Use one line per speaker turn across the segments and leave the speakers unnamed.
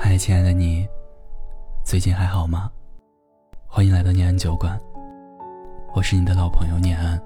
嗨，亲爱的你，最近还好吗？欢迎来到念安酒馆，我是你的老朋友念安。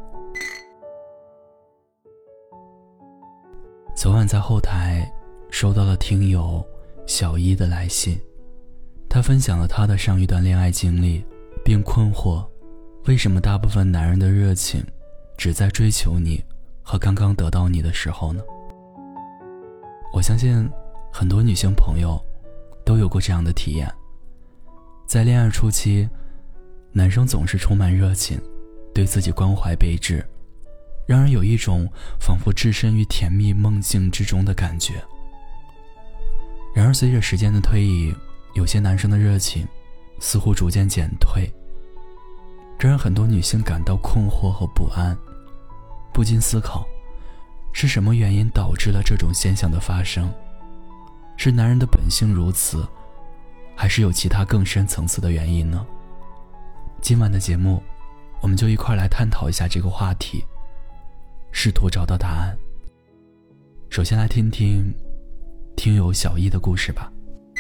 昨晚在后台收到了听友小一的来信，他分享了他的上一段恋爱经历，并困惑为什么大部分男人的热情只在追求你和刚刚得到你的时候呢？我相信很多女性朋友都有过这样的体验，在恋爱初期，男生总是充满热情，对自己关怀备至，让人有一种仿佛置身于甜蜜梦境之中的感觉。然而随着时间的推移，有些男生的热情似乎逐渐减退，这让很多女性感到困惑和不安，不禁思考，是什么原因导致了这种现象的发生？是男人的本性如此，还是有其他更深层次的原因呢？今晚的节目，我们就一块来探讨一下这个话题，试图找到答案。首先来听听听友小一的故事吧。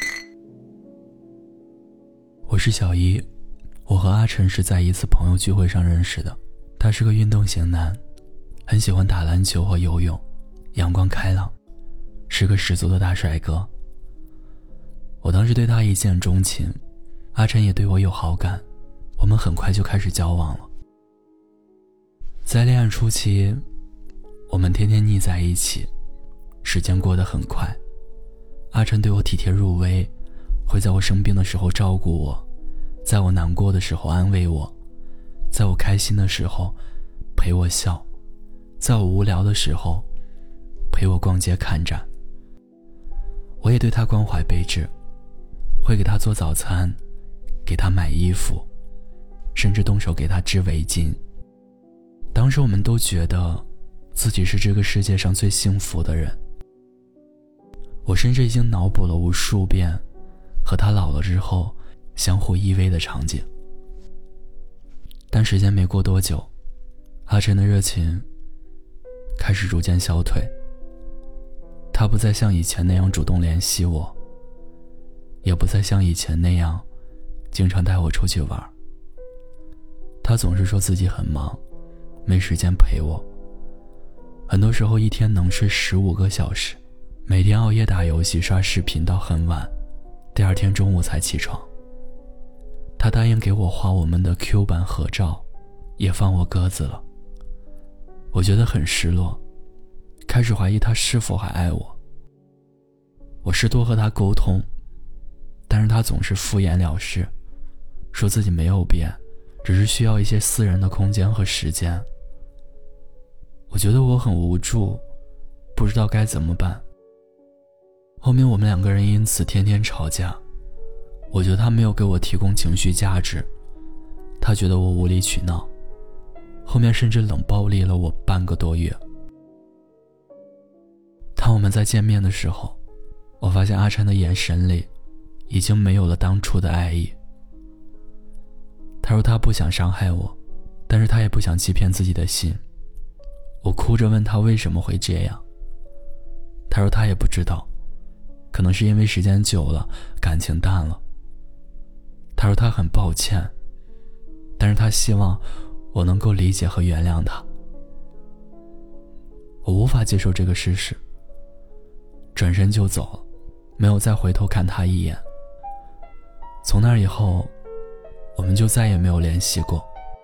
我是小一，我和阿晨是在一次朋友聚会上认识的。他是个运动型男，很喜欢打篮球和游泳，阳光开朗，是个十足的大帅哥。我当时对他一见钟情，阿晨也对我有好感，我们很快就开始交往了。在恋爱初期，我们天天腻在一起，时间过得很快。阿晨对我体贴入微，会在我生病的时候照顾我，在我难过的时候安慰我，在我开心的时候陪我笑，在我无聊的时候陪我逛街看展。我也对他关怀备至，会给他做早餐，给他买衣服，甚至动手给他织围巾。当时我们都觉得自己是这个世界上最幸福的人。我甚至已经脑补了无数遍和他老了之后相互依偎的场景。但时间没过多久，阿晨的热情开始逐渐消退，他不再像以前那样主动联系我，也不再像以前那样经常带我出去玩。他总是说自己很忙，没时间陪我，很多时候一天能睡15个小时，每天熬夜打游戏刷视频到很晚，第二天中午才起床。他答应给我画我们的 Q 版合照，也放我鸽子了。我觉得很失落，开始怀疑他是否还爱我。我试图和他沟通，但是他总是敷衍了事，说自己没有变，只是需要一些私人的空间和时间。我觉得我很无助，不知道该怎么办。后面我们两个人因此天天吵架，我觉得他没有给我提供情绪价值，他觉得我无理取闹，后面甚至冷暴力了我半个多月。当我们在见面的时候，我发现阿晨的眼神里已经没有了当初的爱意。他说他不想伤害我，但是他也不想欺骗自己的心。我哭着问他为什么会这样，他说他也不知道，可能是因为时间久了，感情淡了。他说他很抱歉，但是他希望我能够理解和原谅他。我无法接受这个事实，转身就走了，没有再回头看他一眼。从那以后，我们就再也没有联系过。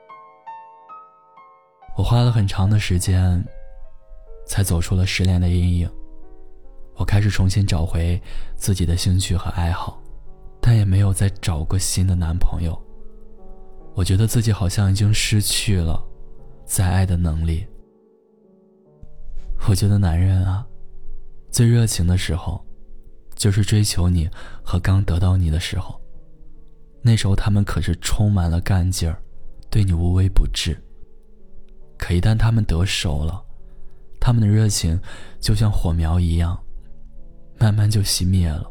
我花了很长的时间才走出了失恋的阴影，我开始重新找回自己的兴趣和爱好，但也没有再找过新的男朋友。我觉得自己好像已经失去了再爱的能力。我觉得男人啊，最热情的时候就是追求你和刚得到你的时候，那时候他们可是充满了干劲儿，对你无微不至。可一旦他们得手了，他们的热情就像火苗一样，慢慢就熄灭了。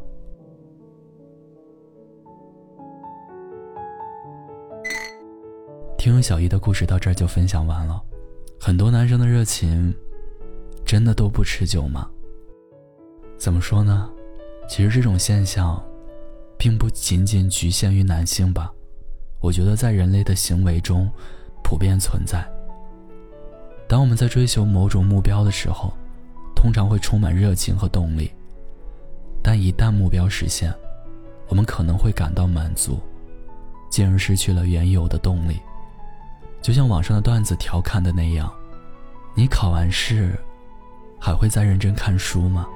听友小姨的故事到这儿就分享完了。很多男生的热情真的都不持久吗？怎么说呢？其实这种现象并不仅仅局限于男性吧，我觉得在人类的行为中普遍存在。当我们在追求某种目标的时候，通常会充满热情和动力，但一旦目标实现，我们可能会感到满足，进而失去了原有的动力。就像网上的段子调侃的那样，你考完试还会再认真看书吗？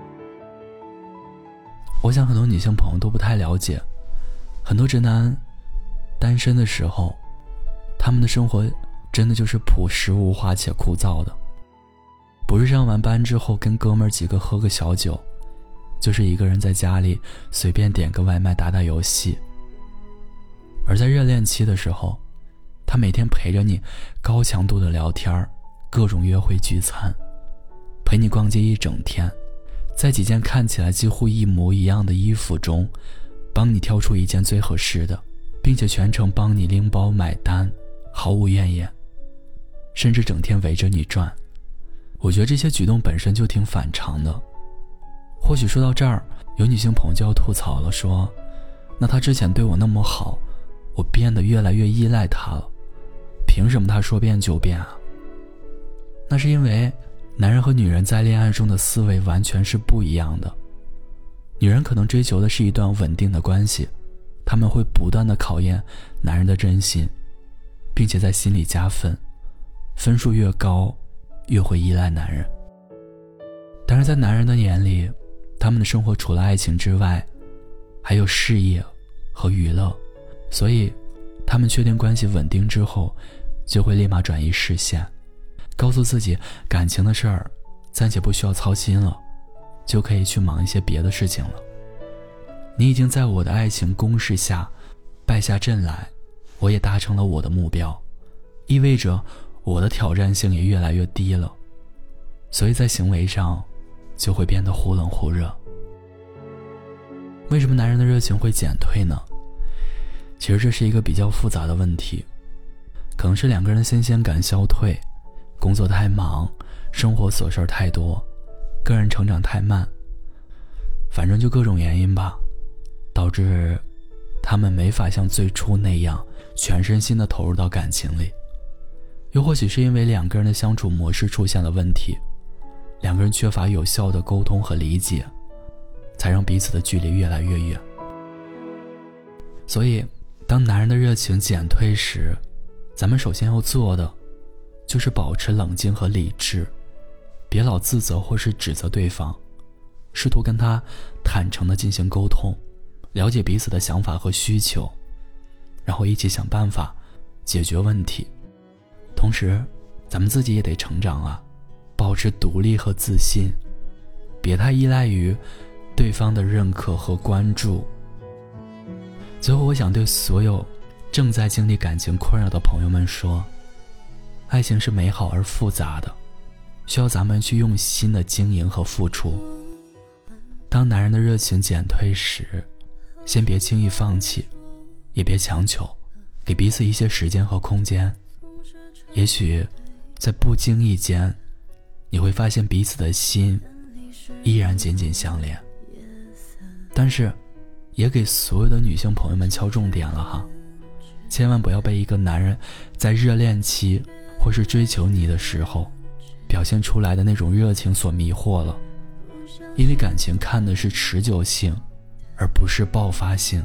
我想很多女性朋友都不太了解，很多直男单身的时候，他们的生活真的就是朴实无华且枯燥的，不是上完班之后跟哥们儿几个喝个小酒，就是一个人在家里随便点个外卖打打游戏。而在热恋期的时候，他每天陪着你高强度的聊天，各种约会聚餐，陪你逛街一整天，在几件看起来几乎一模一样的衣服中帮你挑出一件最合适的，并且全程帮你拎包买单，毫无怨言，甚至整天围着你转。我觉得这些举动本身就挺反常的。或许说到这儿，有女性朋友就要吐槽了，说那他之前对我那么好，我变得越来越依赖他了，凭什么他说变就变啊？那是因为男人和女人在恋爱中的思维完全是不一样的。女人可能追求的是一段稳定的关系，她们会不断地考验男人的真心，并且在心里加分，分数越高越会依赖男人。但是在男人的眼里，他们的生活除了爱情之外还有事业和娱乐，所以他们确定关系稳定之后就会立马转移视线，告诉自己感情的事儿暂且不需要操心了，就可以去忙一些别的事情了。你已经在我的爱情攻势下败下阵来，我也达成了我的目标，意味着我的挑战性也越来越低了，所以在行为上就会变得忽冷忽热。为什么男人的热情会减退呢？其实这是一个比较复杂的问题，可能是两个人的新鲜感消退，工作太忙，生活琐事太多，个人成长太慢，反正就各种原因吧，导致他们没法像最初那样全身心地投入到感情里。又或许是因为两个人的相处模式出现了问题，两个人缺乏有效的沟通和理解，才让彼此的距离越来越远。所以当男人的热情减退时，咱们首先要做的就是保持冷静和理智，别老自责或是指责对方，试图跟他坦诚地进行沟通，了解彼此的想法和需求，然后一起想办法解决问题。同时咱们自己也得成长啊，保持独立和自信，别太依赖于对方的认可和关注。最后我想对所有正在经历感情困扰的朋友们说，爱情是美好而复杂的，需要咱们去用心的经营和付出。当男人的热情减退时，先别轻易放弃，也别强求，给彼此一些时间和空间。也许在不经意间，你会发现彼此的心依然紧紧相连。但是也给所有的女性朋友们敲重点了哈，千万不要被一个男人在热恋期或是追求你的时候表现出来的那种热情所迷惑了，因为感情看的是持久性而不是爆发性。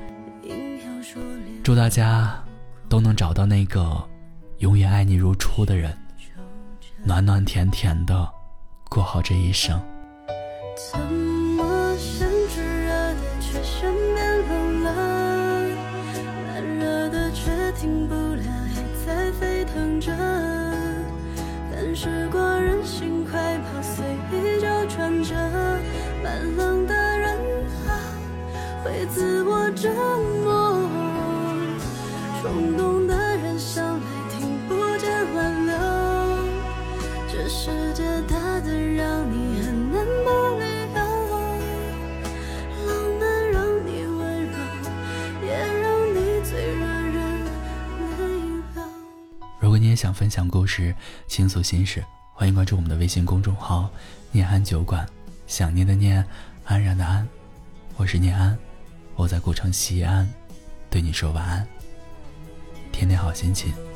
祝大家都能找到那个永远爱你如初的人，暖暖甜甜的过好这一生。
怎么想炙热的却像变冷了，慢热的却停不了，还在沸腾着。但时光任性快跑，随意就转折。慢冷的人啊，会自我折磨。冲动的人向来听不见挽留。这世界大的让你很难不理由，冷能让你温柔，也让你最惹人泪流。
如果你也想分享故事，倾诉心事，欢迎关注我们的微信公众号念安酒馆，想念的念，安然的安，我是念安， 我在古城西安对你说晚安，天天好心情。